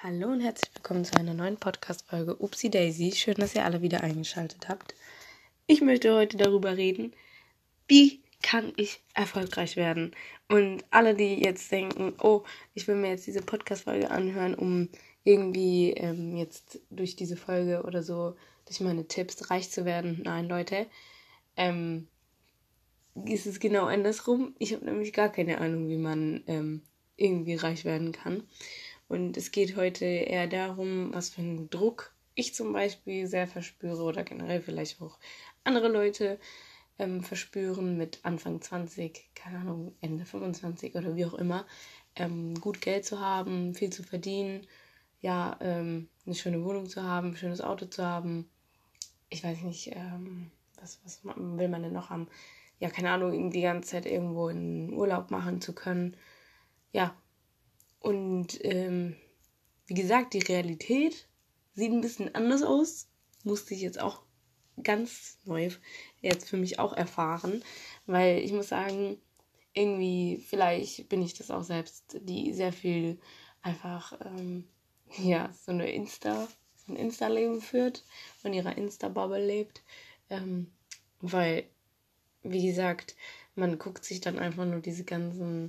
Hallo und herzlich willkommen zu einer neuen Podcast-Folge Upsi Daisy. Schön, dass ihr alle wieder eingeschaltet habt. Ich möchte heute darüber reden, wie kann ich erfolgreich werden? Und alle, die jetzt denken, oh, ich will mir jetzt diese Podcast-Folge anhören, um irgendwie jetzt durch diese Folge oder so, durch meine Tipps reich zu werden. Nein, Leute, ist es genau andersrum. Ich habe nämlich gar keine Ahnung, wie man irgendwie reich werden kann. Und es geht heute eher darum, was für einen Druck ich zum Beispiel sehr verspüre oder generell vielleicht auch andere Leute verspüren mit Anfang 20, keine Ahnung, Ende 25 oder wie auch immer, gut Geld zu haben, viel zu verdienen, ja, eine schöne Wohnung zu haben, ein schönes Auto zu haben. Ich weiß nicht, was will man denn noch haben? Ja, keine Ahnung, die ganze Zeit irgendwo in Urlaub machen zu können. Ja, und wie gesagt, die Realität sieht ein bisschen anders aus. Musste ich jetzt auch ganz neu jetzt für mich auch erfahren. Weil ich muss sagen, irgendwie, vielleicht bin ich das auch selbst, die sehr viel einfach, so ein Insta-Leben führt und ihrer Insta-Bubble lebt. Weil, wie gesagt, man guckt sich dann einfach nur diese ganzen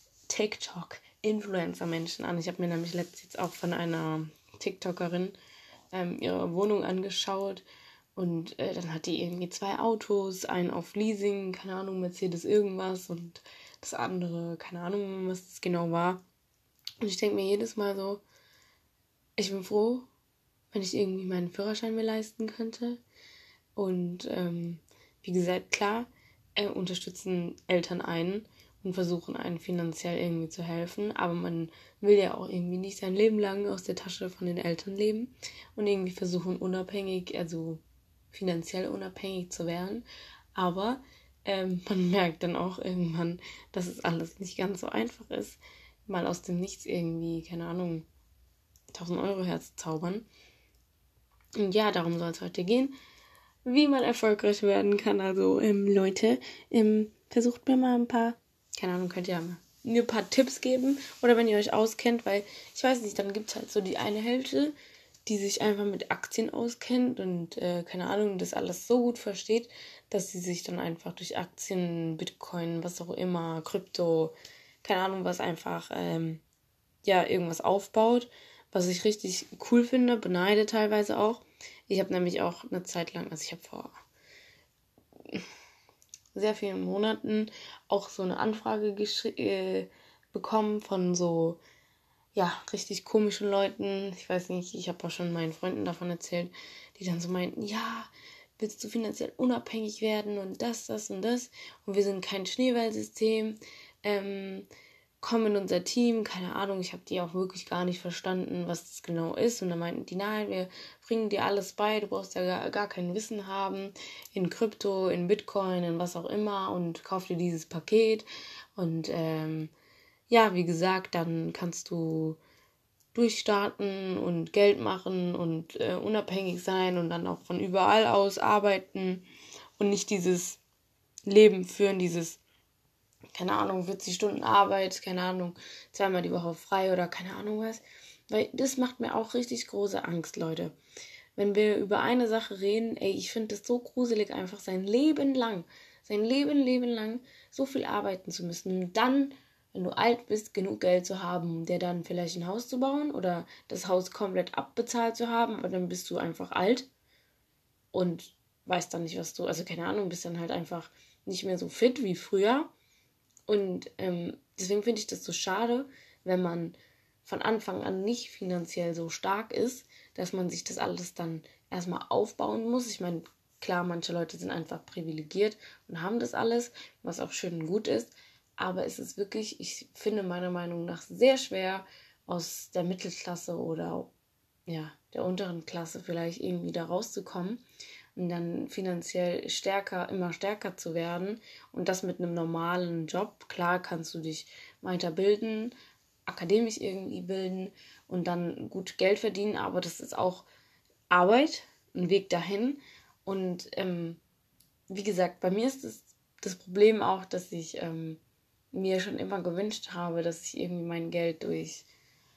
TikTok-Influencer-Menschen an. Ich habe mir nämlich letztens auch von einer TikTokerin ihre Wohnung angeschaut und dann hat die irgendwie 2 Autos, einen auf Leasing, keine Ahnung, Mercedes irgendwas und das andere, keine Ahnung, was das genau war. Und ich denke mir jedes Mal so, ich bin froh, wenn ich irgendwie meinen Führerschein mir leisten könnte. Und wie gesagt, klar, unterstützen Eltern einen und versuchen einen finanziell irgendwie zu helfen, aber man will ja auch irgendwie nicht sein Leben lang aus der Tasche von den Eltern leben und irgendwie versuchen unabhängig, also finanziell unabhängig zu werden. Aber man merkt dann auch irgendwann, dass es alles nicht ganz so einfach ist, mal aus dem Nichts irgendwie, keine Ahnung, 1000 Euro herzuzaubern. Und ja, darum soll es heute gehen, wie man erfolgreich werden kann. Also Leute, versucht mir mal ein paar, keine Ahnung, könnt ihr mir ein paar Tipps geben oder wenn ihr euch auskennt, weil ich weiß nicht, dann gibt es halt so die eine Hälfte, die sich einfach mit Aktien auskennt und keine Ahnung, das alles so gut versteht, dass sie sich dann einfach durch Aktien, Bitcoin, was auch immer, Krypto, keine Ahnung, was einfach irgendwas aufbaut, was ich richtig cool finde, beneide teilweise auch. Ich habe nämlich auch eine Zeit lang, also ich habe vor sehr vielen Monaten auch so eine Anfrage bekommen von so, ja, richtig komischen Leuten. Ich weiß nicht, ich habe auch schon meinen Freunden davon erzählt, die dann so meinten, ja, willst du finanziell unabhängig werden und das und das. Und wir sind kein Schneeballsystem. Komm in unser Team, keine Ahnung, ich habe die auch wirklich gar nicht verstanden, was das genau ist. Und dann meinten die, nein, wir bringen dir alles bei, du brauchst ja gar kein Wissen haben in Krypto, in Bitcoin, in was auch immer und kauf dir dieses Paket. Und wie gesagt, dann kannst du durchstarten und Geld machen und unabhängig sein und dann auch von überall aus arbeiten und nicht dieses Leben führen, dieses keine Ahnung, 40 Stunden Arbeit, keine Ahnung, 2-mal die Woche frei oder keine Ahnung was. Weil das macht mir auch richtig große Angst, Leute. Wenn wir über eine Sache reden, ich finde das so gruselig, einfach sein Leben lang so viel arbeiten zu müssen. Und dann, wenn du alt bist, genug Geld zu haben, um dir dann vielleicht ein Haus zu bauen oder das Haus komplett abbezahlt zu haben, aber dann bist du einfach alt und weißt dann nicht, also keine Ahnung, bist dann halt einfach nicht mehr so fit wie früher. Und deswegen finde ich das so schade, wenn man von Anfang an nicht finanziell so stark ist, dass man sich das alles dann erstmal aufbauen muss. Ich meine, klar, manche Leute sind einfach privilegiert und haben das alles, was auch schön und gut ist. Aber es ist wirklich, ich finde meiner Meinung nach sehr schwer, aus der Mittelklasse oder ja, der unteren Klasse vielleicht irgendwie da rauszukommen und dann finanziell immer stärker zu werden und das mit einem normalen Job. Klar kannst du dich weiterbilden, akademisch irgendwie bilden und dann gut Geld verdienen, aber das ist auch Arbeit, ein Weg dahin. Und wie gesagt, bei mir ist das Problem auch, dass ich mir schon immer gewünscht habe, dass ich irgendwie mein Geld durch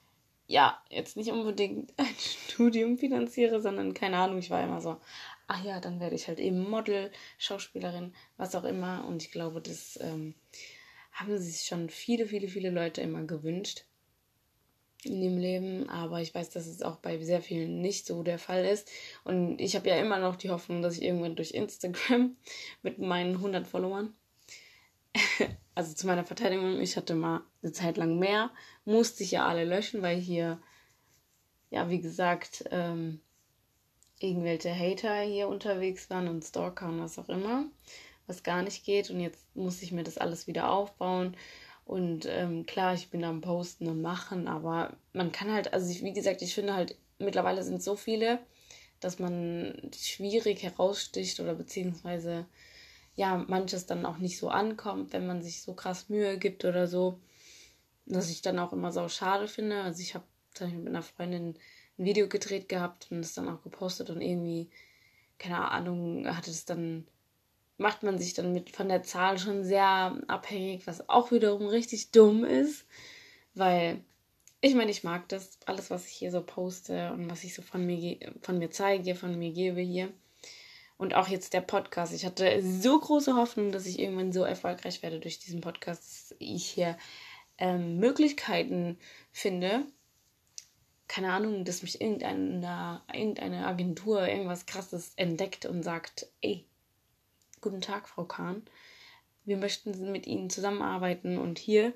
ja, jetzt nicht unbedingt ein Studium finanziere, sondern keine Ahnung, ich war immer so, ach ja, dann werde ich halt eben Model, Schauspielerin, was auch immer. Und ich glaube, das haben sich schon viele, viele, viele Leute immer gewünscht in dem Leben. Aber ich weiß, dass es auch bei sehr vielen nicht so der Fall ist. Und ich habe ja immer noch die Hoffnung, dass ich irgendwann durch Instagram mit meinen 100 Followern, also zu meiner Verteidigung, ich hatte mal eine Zeit lang mehr, musste ich ja alle löschen, weil hier, ja, wie gesagt, irgendwelche Hater hier unterwegs waren und Stalker und was auch immer, was gar nicht geht. Und jetzt muss ich mir das alles wieder aufbauen. Und klar, ich bin am Posten und Machen, aber man kann halt, also wie gesagt, ich finde halt, mittlerweile sind so viele, dass man schwierig heraussticht oder beziehungsweise ja, manches dann auch nicht so ankommt, wenn man sich so krass Mühe gibt oder so, dass ich dann auch immer so schade finde. Also ich habe zum Beispiel mit einer Freundin ein Video gedreht gehabt und es dann auch gepostet und irgendwie, keine Ahnung, macht man sich dann von der Zahl schon sehr abhängig, was auch wiederum richtig dumm ist, weil ich meine, ich mag das, alles, was ich hier so poste und was ich so von mir zeige, von mir gebe hier. Und auch jetzt der Podcast. Ich hatte so große Hoffnung, dass ich irgendwann so erfolgreich werde durch diesen Podcast, dass ich hier Möglichkeiten finde. Keine Ahnung, dass mich irgendeine Agentur irgendwas Krasses entdeckt und sagt, ey, guten Tag, Frau Kahn. Wir möchten mit Ihnen zusammenarbeiten und hier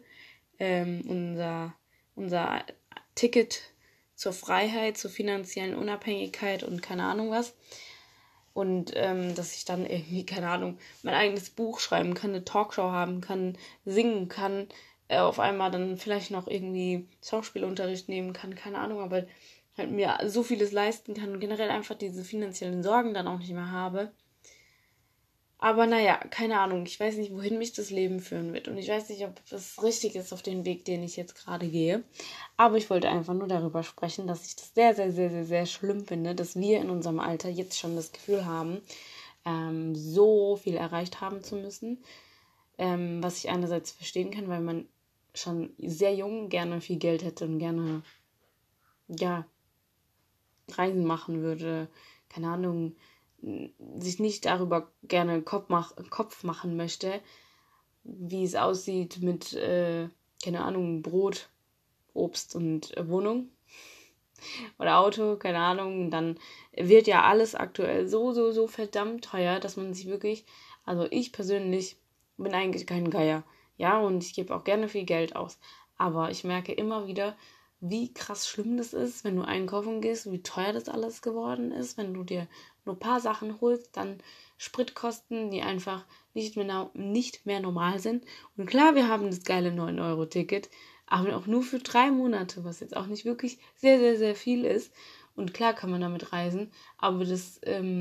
unser Ticket zur Freiheit, zur finanziellen Unabhängigkeit und keine Ahnung was. Und dass ich dann irgendwie, keine Ahnung, mein eigenes Buch schreiben kann, eine Talkshow haben kann, singen kann, auf einmal dann vielleicht noch irgendwie Schauspielunterricht nehmen kann, keine Ahnung, aber halt mir so vieles leisten kann und generell einfach diese finanziellen Sorgen dann auch nicht mehr habe. Aber naja, keine Ahnung, ich weiß nicht, wohin mich das Leben führen wird. Und ich weiß nicht, ob das richtig ist auf den Weg, den ich jetzt gerade gehe. Aber ich wollte einfach nur darüber sprechen, dass ich das sehr, sehr, sehr, sehr, sehr schlimm finde, dass wir in unserem Alter jetzt schon das Gefühl haben, so viel erreicht haben zu müssen. Was ich einerseits verstehen kann, weil man schon sehr jung gerne viel Geld hätte und gerne, ja, Reisen machen würde. Keine Ahnung, sich nicht darüber gerne Kopf machen möchte, wie es aussieht mit, keine Ahnung, Brot, Obst und Wohnung oder Auto, keine Ahnung. Dann wird ja alles aktuell so verdammt teuer, dass man sich wirklich, also ich persönlich bin eigentlich kein Geier, ja, und ich gebe auch gerne viel Geld aus. Aber ich merke immer wieder, wie krass schlimm das ist, wenn du einkaufen gehst, wie teuer das alles geworden ist, wenn du dir nur ein paar Sachen holst, dann Spritkosten, die einfach nicht mehr normal sind. Und klar, wir haben das geile 9-Euro-Ticket, aber auch nur für 3 Monate, was jetzt auch nicht wirklich sehr, sehr, sehr viel ist. Und klar kann man damit reisen, aber das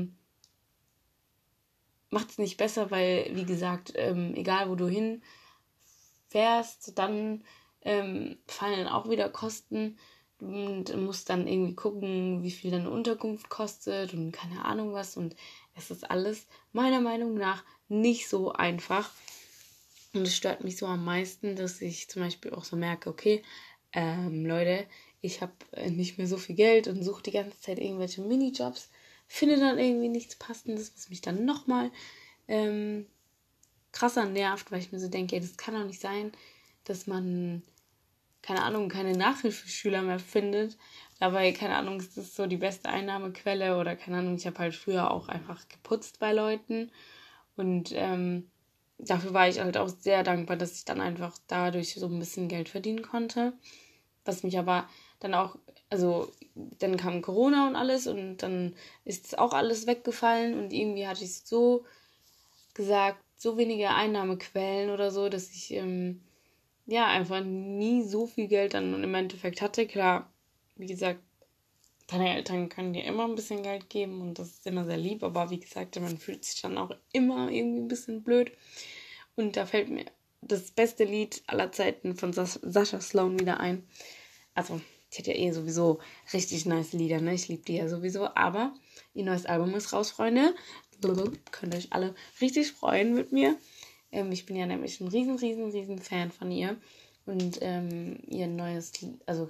macht es nicht besser, weil, wie gesagt, egal wo du hinfährst, dann fallen auch wieder Kosten und musst dann irgendwie gucken, wie viel deine Unterkunft kostet und keine Ahnung was. Und es ist alles meiner Meinung nach nicht so einfach. Und es stört mich so am meisten, dass ich zum Beispiel auch so merke, okay, Leute, ich habe nicht mehr so viel Geld und suche die ganze Zeit irgendwelche Minijobs, finde dann irgendwie nichts Passendes, was mich dann nochmal krasser nervt, weil ich mir so denke, ey, das kann doch nicht sein, dass man, keine Ahnung, keine Nachhilfeschüler mehr findet. Dabei, keine Ahnung, ist das so die beste Einnahmequelle oder keine Ahnung, ich habe halt früher auch einfach geputzt bei Leuten und dafür war ich halt auch sehr dankbar, dass ich dann einfach dadurch so ein bisschen Geld verdienen konnte. Was mich aber dann auch, also dann kam Corona und alles und dann ist auch alles weggefallen und irgendwie hatte ich so gesagt, so wenige Einnahmequellen oder so, dass ich ja einfach nie so viel Geld dann im Endeffekt hatte. Klar, wie gesagt, deine Eltern können dir immer ein bisschen Geld geben und das ist immer sehr lieb, aber wie gesagt, man fühlt sich dann auch immer irgendwie ein bisschen blöd. Und da fällt mir das beste Lied aller Zeiten von Sascha Sloan wieder ein. Also, die hat ja eh sowieso richtig nice Lieder, ne? Ich liebe die ja sowieso, aber ihr neues Album ist raus, Freunde. Könnt euch alle richtig freuen mit mir. Ich bin ja nämlich ein riesen Fan von ihr. Und ihr neues, also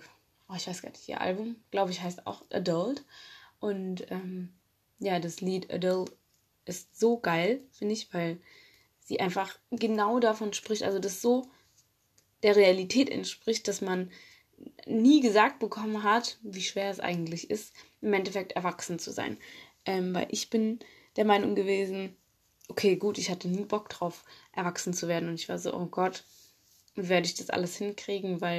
ich weiß gar nicht, ihr Album, glaube ich, heißt auch Adult. Und ja, das Lied Adult ist so geil, finde ich, weil sie einfach genau davon spricht, also das so der Realität entspricht, dass man nie gesagt bekommen hat, wie schwer es eigentlich ist, im Endeffekt erwachsen zu sein. Weil ich bin der Meinung gewesen, okay, gut, ich hatte nie Bock drauf, erwachsen zu werden. Und ich war so, oh Gott, wie werde ich das alles hinkriegen? Weil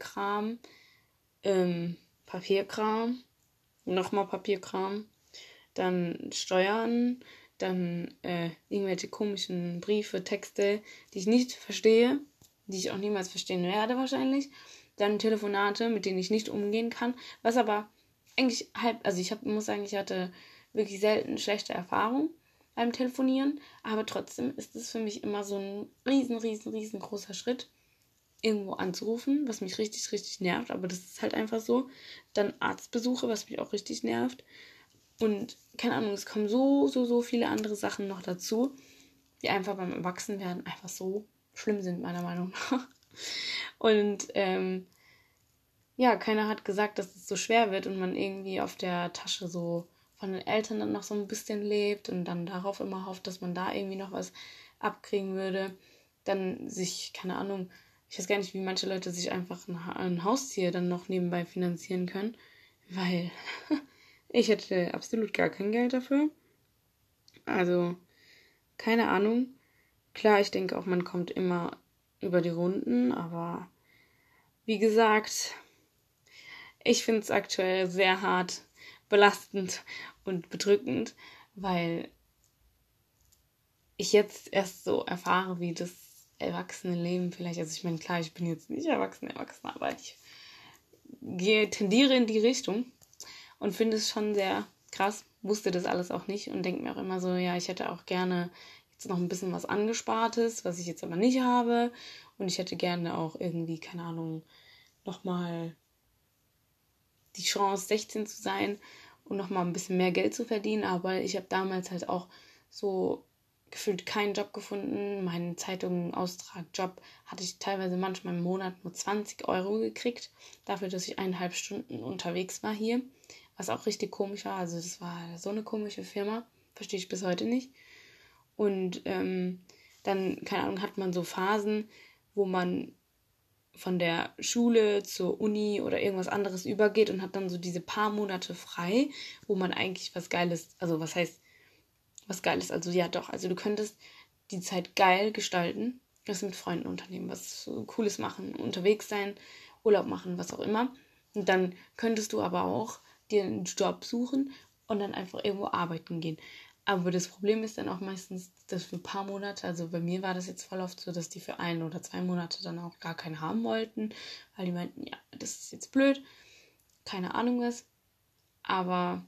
Papierkram, nochmal Papierkram, dann Steuern, dann irgendwelche komischen Briefe, Texte, die ich nicht verstehe, die ich auch niemals verstehen werde wahrscheinlich. Dann Telefonate, mit denen ich nicht umgehen kann, was aber eigentlich also muss sagen, ich hatte wirklich selten schlechte Erfahrungen beim Telefonieren, aber trotzdem ist es für mich immer so ein riesengroßer Schritt, irgendwo anzurufen, was mich richtig, richtig nervt, aber das ist halt einfach so. Dann Arztbesuche, was mich auch richtig nervt. Und keine Ahnung, es kommen so viele andere Sachen noch dazu, die einfach beim Erwachsenwerden einfach so schlimm sind, meiner Meinung nach. Und ja, keiner hat gesagt, dass es so schwer wird und man irgendwie auf der Tasche so von den Eltern dann noch so ein bisschen lebt und dann darauf immer hofft, dass man da irgendwie noch was abkriegen würde. Dann sich, keine Ahnung, ich weiß gar nicht, wie manche Leute sich einfach ein Haustier dann noch nebenbei finanzieren können, weil ich hätte absolut gar kein Geld dafür. Also, keine Ahnung. Klar, ich denke auch, man kommt immer über die Runden, aber wie gesagt, ich finde es aktuell sehr hart, belastend und bedrückend, weil ich jetzt erst so erfahre, wie das Erwachsenenleben vielleicht, also ich meine, klar, ich bin jetzt nicht erwachsen, aber ich tendiere in die Richtung und finde es schon sehr krass, wusste das alles auch nicht und denke mir auch immer so, ja, ich hätte auch gerne jetzt noch ein bisschen was Angespartes, was ich jetzt aber nicht habe und ich hätte gerne auch irgendwie, keine Ahnung, nochmal die Chance, 16 zu sein und nochmal ein bisschen mehr Geld zu verdienen, aber ich habe damals halt auch so gefühlt keinen Job gefunden. Meinen Zeitungen-Austrag-Job hatte ich teilweise manchmal im Monat nur 20 Euro gekriegt, dafür, dass ich 1,5 Stunden unterwegs war hier, was auch richtig komisch war. Also das war so eine komische Firma, verstehe ich bis heute nicht. Und dann, keine Ahnung, hat man so Phasen, wo man von der Schule zur Uni oder irgendwas anderes übergeht und hat dann so diese paar Monate frei, wo man eigentlich was Geiles, also was heißt was Geiles, also ja doch, also du könntest die Zeit geil gestalten, was mit Freunden unternehmen, was Cooles machen, unterwegs sein, Urlaub machen, was auch immer. Und dann könntest du aber auch dir einen Job suchen und dann einfach irgendwo arbeiten gehen. Aber das Problem ist dann auch meistens, dass für ein paar Monate, also bei mir war das jetzt voll oft so, dass die für 1 oder 2 Monate dann auch gar keinen haben wollten, weil die meinten, ja, das ist jetzt blöd, keine Ahnung was. Aber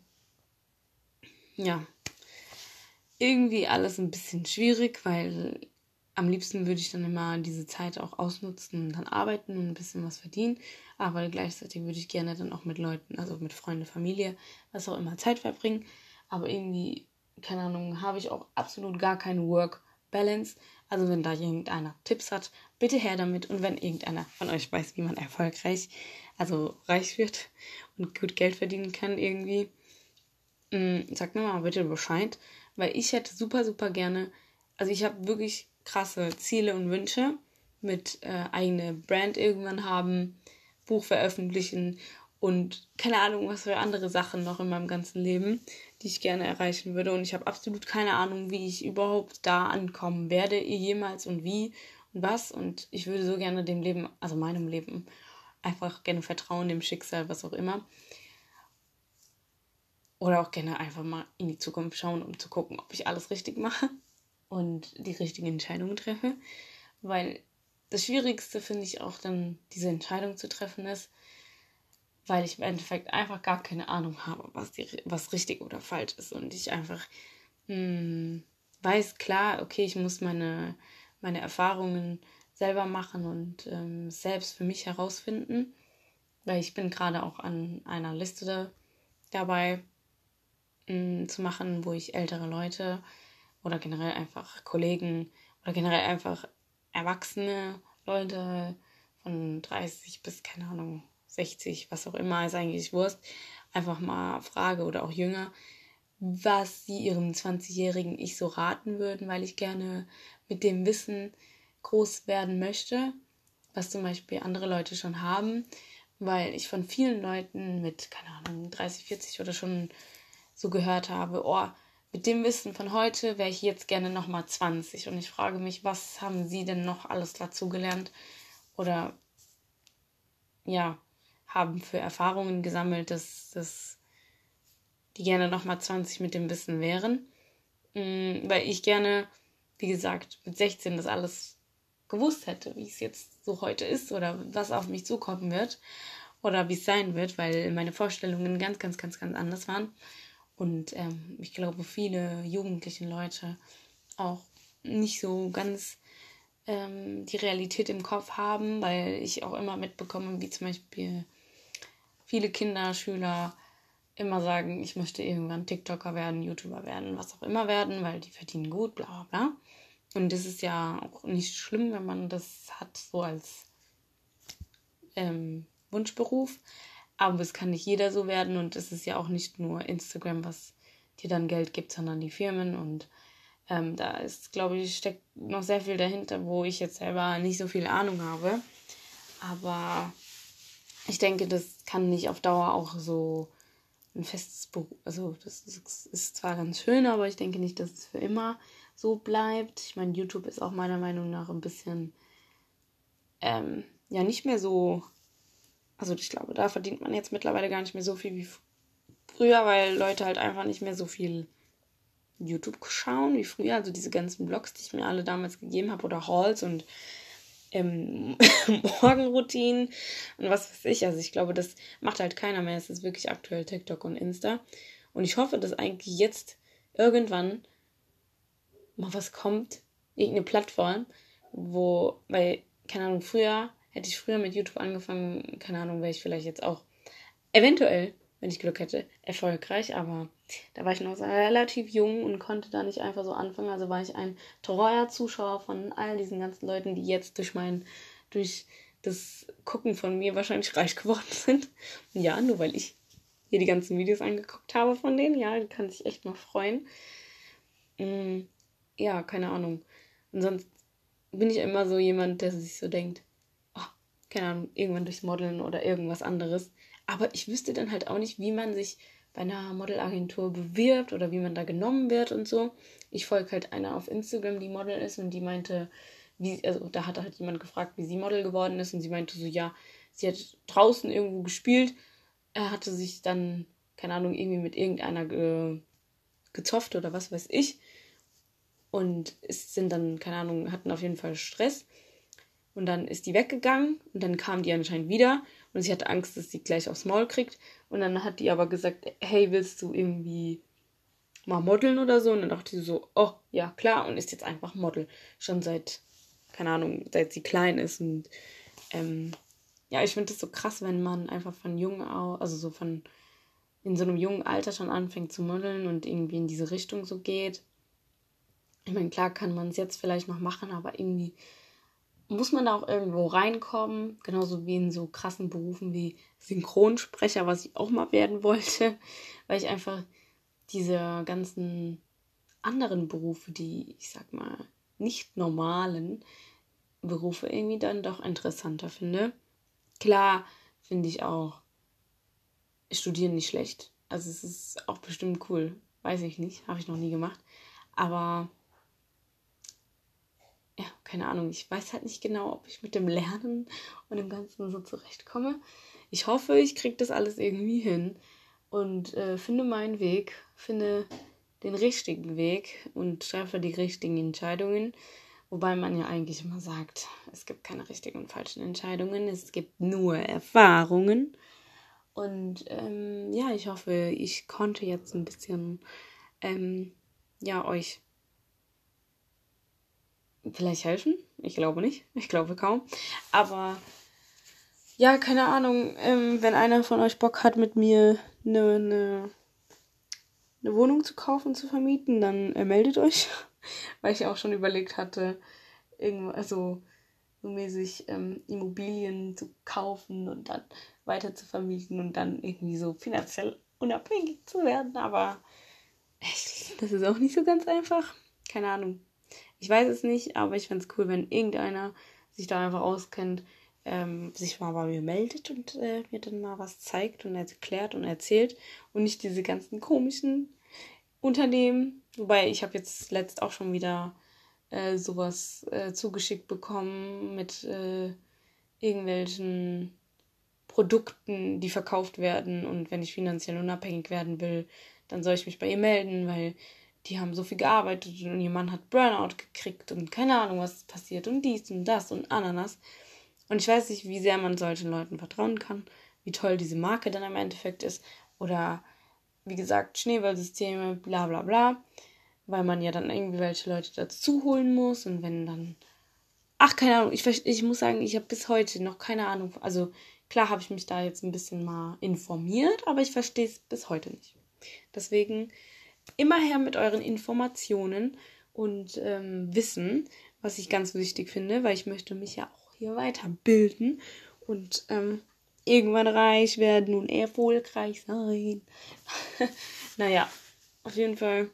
ja, irgendwie alles ein bisschen schwierig, weil am liebsten würde ich dann immer diese Zeit auch ausnutzen und dann arbeiten und ein bisschen was verdienen. Aber gleichzeitig würde ich gerne dann auch mit Leuten, also mit Freunden, Familie, was auch immer, Zeit verbringen. Aber irgendwie, keine Ahnung, habe ich auch absolut gar keine Work-Balance. Also wenn da irgendeiner Tipps hat, bitte her damit. Und wenn irgendeiner von euch weiß, wie man erfolgreich, also reich wird und gut Geld verdienen kann irgendwie, sagt mir mal bitte Bescheid. Weil ich hätte super gerne, also ich habe wirklich krasse Ziele und Wünsche mit eigene Brand irgendwann haben, Buch veröffentlichen und keine Ahnung, was für andere Sachen noch in meinem ganzen Leben, die ich gerne erreichen würde. Und ich habe absolut keine Ahnung, wie ich überhaupt da ankommen werde, jemals und wie und was. Und ich würde so gerne dem Leben, also meinem Leben, einfach gerne vertrauen, dem Schicksal, was auch immer. Oder auch gerne einfach mal in die Zukunft schauen, um zu gucken, ob ich alles richtig mache und die richtigen Entscheidungen treffe. Weil das Schwierigste finde ich auch dann, diese Entscheidung zu treffen ist, weil ich im Endeffekt einfach gar keine Ahnung habe, was richtig oder falsch ist. Und ich einfach weiß, klar, okay, ich muss meine Erfahrungen selber machen und selbst für mich herausfinden. Weil ich bin gerade auch an einer Liste dabei, zu machen, wo ich ältere Leute oder generell einfach Kollegen oder generell einfach erwachsene Leute von 30 bis, keine Ahnung, 60, was auch immer, ist eigentlich Wurst, einfach mal frage oder auch jünger, was sie ihrem 20-jährigen Ich so raten würden, weil ich gerne mit dem Wissen groß werden möchte, was zum Beispiel andere Leute schon haben, weil ich von vielen Leuten mit, keine Ahnung, 30, 40 oder schon so gehört habe, oh, mit dem Wissen von heute wäre ich jetzt gerne nochmal 20. Und ich frage mich, was haben sie denn noch alles dazu gelernt oder ja, haben für Erfahrungen gesammelt, dass die gerne nochmal 20 mit dem Wissen wären. Weil ich gerne, wie gesagt, mit 16 das alles gewusst hätte, wie es jetzt so heute ist oder was auf mich zukommen wird oder wie es sein wird, weil meine Vorstellungen ganz, ganz, ganz, ganz anders waren. Und ich glaube, viele jugendliche Leute auch nicht so ganz die Realität im Kopf haben, weil ich auch immer mitbekomme, wie zum Beispiel viele Kinder, Schüler immer sagen, ich möchte irgendwann TikToker werden, YouTuber werden, was auch immer werden, weil die verdienen gut, bla bla bla. Und das ist ja auch nicht schlimm, wenn man das hat, so als Wunschberuf. Aber es kann nicht jeder so werden und es ist ja auch nicht nur Instagram, was dir dann Geld gibt, sondern die Firmen. Und da ist, glaube ich, steckt noch sehr viel dahinter, wo ich jetzt selber nicht so viel Ahnung habe. Aber ich denke, das kann nicht auf Dauer auch so ein festes Beruf, also das ist zwar ganz schön, aber ich denke nicht, dass es für immer so bleibt. Ich meine, YouTube ist auch meiner Meinung nach ein bisschen, ja, nicht mehr so, also ich glaube, da verdient man jetzt mittlerweile gar nicht mehr so viel wie früher, weil Leute halt einfach nicht mehr so viel YouTube schauen wie früher. Also diese ganzen Vlogs, die ich mir alle damals gegeben habe oder Hauls und Morgenroutinen und was weiß ich. Also ich glaube, das macht halt keiner mehr. Es ist wirklich aktuell TikTok und Insta. Und ich hoffe, dass eigentlich jetzt irgendwann mal was kommt, irgendeine Plattform, weil, keine Ahnung, hätte ich früher mit YouTube angefangen, keine Ahnung, wäre ich vielleicht jetzt auch eventuell, wenn ich Glück hätte, erfolgreich, aber da war ich noch relativ jung und konnte da nicht einfach so anfangen. Also war ich ein treuer Zuschauer von all diesen ganzen Leuten, die jetzt durch das Gucken von mir wahrscheinlich reich geworden sind. Und ja, nur weil ich hier die ganzen Videos angeguckt habe von denen, ja, die kann sich echt mal freuen. Ja, keine Ahnung. Und sonst bin ich immer so jemand, der sich so denkt, oh, keine Ahnung, irgendwann durchs Modeln oder irgendwas anderes. Aber ich wüsste dann halt auch nicht, wie man sich bei einer Modelagentur bewirbt oder wie man da genommen wird und so. Ich folge halt einer auf Instagram, die Model ist und die meinte, also da hat halt jemand gefragt, wie sie Model geworden ist und sie meinte so, ja, sie hat draußen irgendwo gespielt, er hatte sich dann, keine Ahnung, irgendwie mit irgendeiner gezofft oder was weiß ich und sind dann, keine Ahnung, hatten auf jeden Fall Stress. Und dann ist die weggegangen und dann kam die anscheinend wieder und sie hatte Angst, dass sie gleich aufs Maul kriegt. Und dann hat die aber gesagt, hey, willst du irgendwie mal modeln oder so? Und dann dachte sie so, oh, ja, klar. Und ist jetzt einfach Model. Schon seit, keine Ahnung, seit sie klein ist. Und ja, ich finde das so krass, wenn man einfach von jung auf, also so von in so einem jungen Alter schon anfängt zu modeln und irgendwie in diese Richtung so geht. Ich meine, klar kann man es jetzt vielleicht noch machen, aber irgendwie muss man da auch irgendwo reinkommen, genauso wie in so krassen Berufen wie Synchronsprecher, was ich auch mal werden wollte, weil ich einfach diese ganzen anderen Berufe, die, ich sag mal, nicht normalen Berufe irgendwie dann doch interessanter finde. Klar finde ich auch Studieren nicht schlecht. Also es ist auch bestimmt cool. Weiß ich nicht, habe ich noch nie gemacht. Aber ja, keine Ahnung, ich weiß halt nicht genau, ob ich mit dem Lernen und dem Ganzen so zurechtkomme. Ich hoffe, ich kriege das alles irgendwie hin und finde meinen Weg, finde den richtigen Weg und treffe die richtigen Entscheidungen. Wobei man ja eigentlich immer sagt, es gibt keine richtigen und falschen Entscheidungen, es gibt nur Erfahrungen. Und ja, ich hoffe, ich konnte jetzt ein bisschen ja, euch vielleicht helfen. Ich glaube nicht. Ich glaube kaum. Aber ja, keine Ahnung. Wenn einer von euch Bock hat, mit mir eine Wohnung zu kaufen, zu vermieten, dann meldet euch. Weil ich auch schon überlegt hatte, irgendwo, also so mäßig Immobilien zu kaufen und dann weiter zu vermieten und dann irgendwie so finanziell unabhängig zu werden. Aber das ist auch nicht so ganz einfach. Keine Ahnung. Ich weiß es nicht, aber ich fände es cool, wenn irgendeiner sich da einfach auskennt, sich mal bei mir meldet und mir dann mal was zeigt und erklärt und erzählt und nicht diese ganzen komischen Unternehmen. Wobei ich habe jetzt letzt auch schon wieder sowas zugeschickt bekommen mit irgendwelchen Produkten, die verkauft werden, und wenn ich finanziell unabhängig werden will, dann soll ich mich bei ihr melden, weil die haben so viel gearbeitet und ihr Mann hat Burnout gekriegt und keine Ahnung, was passiert und dies und das und Ananas. Und ich weiß nicht, wie sehr man solchen Leuten vertrauen kann, wie toll diese Marke dann im Endeffekt ist oder wie gesagt Schneeballsysteme, bla bla bla, weil man ja dann irgendwie welche Leute dazu holen muss und wenn dann... Ach, keine Ahnung, ich muss sagen, ich habe bis heute noch keine Ahnung, also klar habe ich mich da jetzt ein bisschen mal informiert, aber ich verstehe es bis heute nicht. Deswegen immer her mit euren Informationen und Wissen, was ich ganz wichtig finde, weil ich möchte mich ja auch hier weiterbilden und irgendwann reich werden und erfolgreich sein. Naja, auf jeden Fall,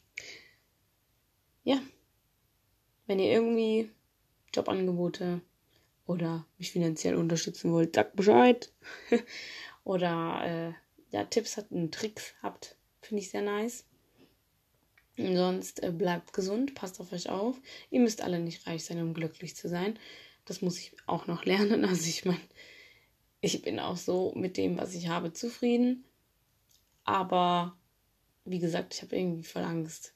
ja, wenn ihr irgendwie Jobangebote oder mich finanziell unterstützen wollt, sagt Bescheid. Oder Tipps und Tricks habt, finde ich sehr nice. Und sonst bleibt gesund, passt auf euch auf. Ihr müsst alle nicht reich sein, um glücklich zu sein. Das muss ich auch noch lernen. Also ich meine, ich bin auch so mit dem, was ich habe, zufrieden. Aber wie gesagt, ich habe irgendwie voll Angst,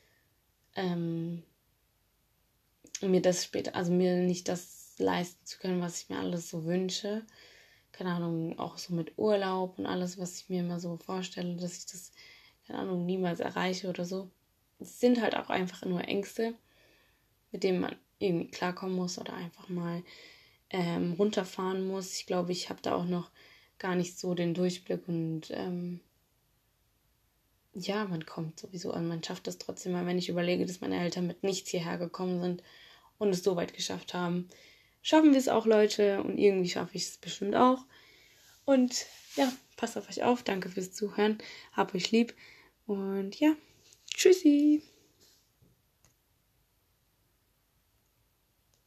mir das später, also mir nicht das leisten zu können, was ich mir alles so wünsche. Keine Ahnung, auch so mit Urlaub und alles, was ich mir immer so vorstelle, dass ich das, keine Ahnung, niemals erreiche oder so. Es sind halt auch einfach nur Ängste, mit denen man irgendwie klarkommen muss oder einfach mal runterfahren muss. Ich glaube, ich habe da auch noch gar nicht so den Durchblick und ja, man kommt sowieso an, man schafft das trotzdem mal, wenn ich überlege, dass meine Eltern mit nichts hierher gekommen sind und es so weit geschafft haben. Schaffen wir es auch, Leute, und irgendwie schaffe ich es bestimmt auch. Und ja, passt auf euch auf, danke fürs Zuhören, hab euch lieb und ja, tschüssi!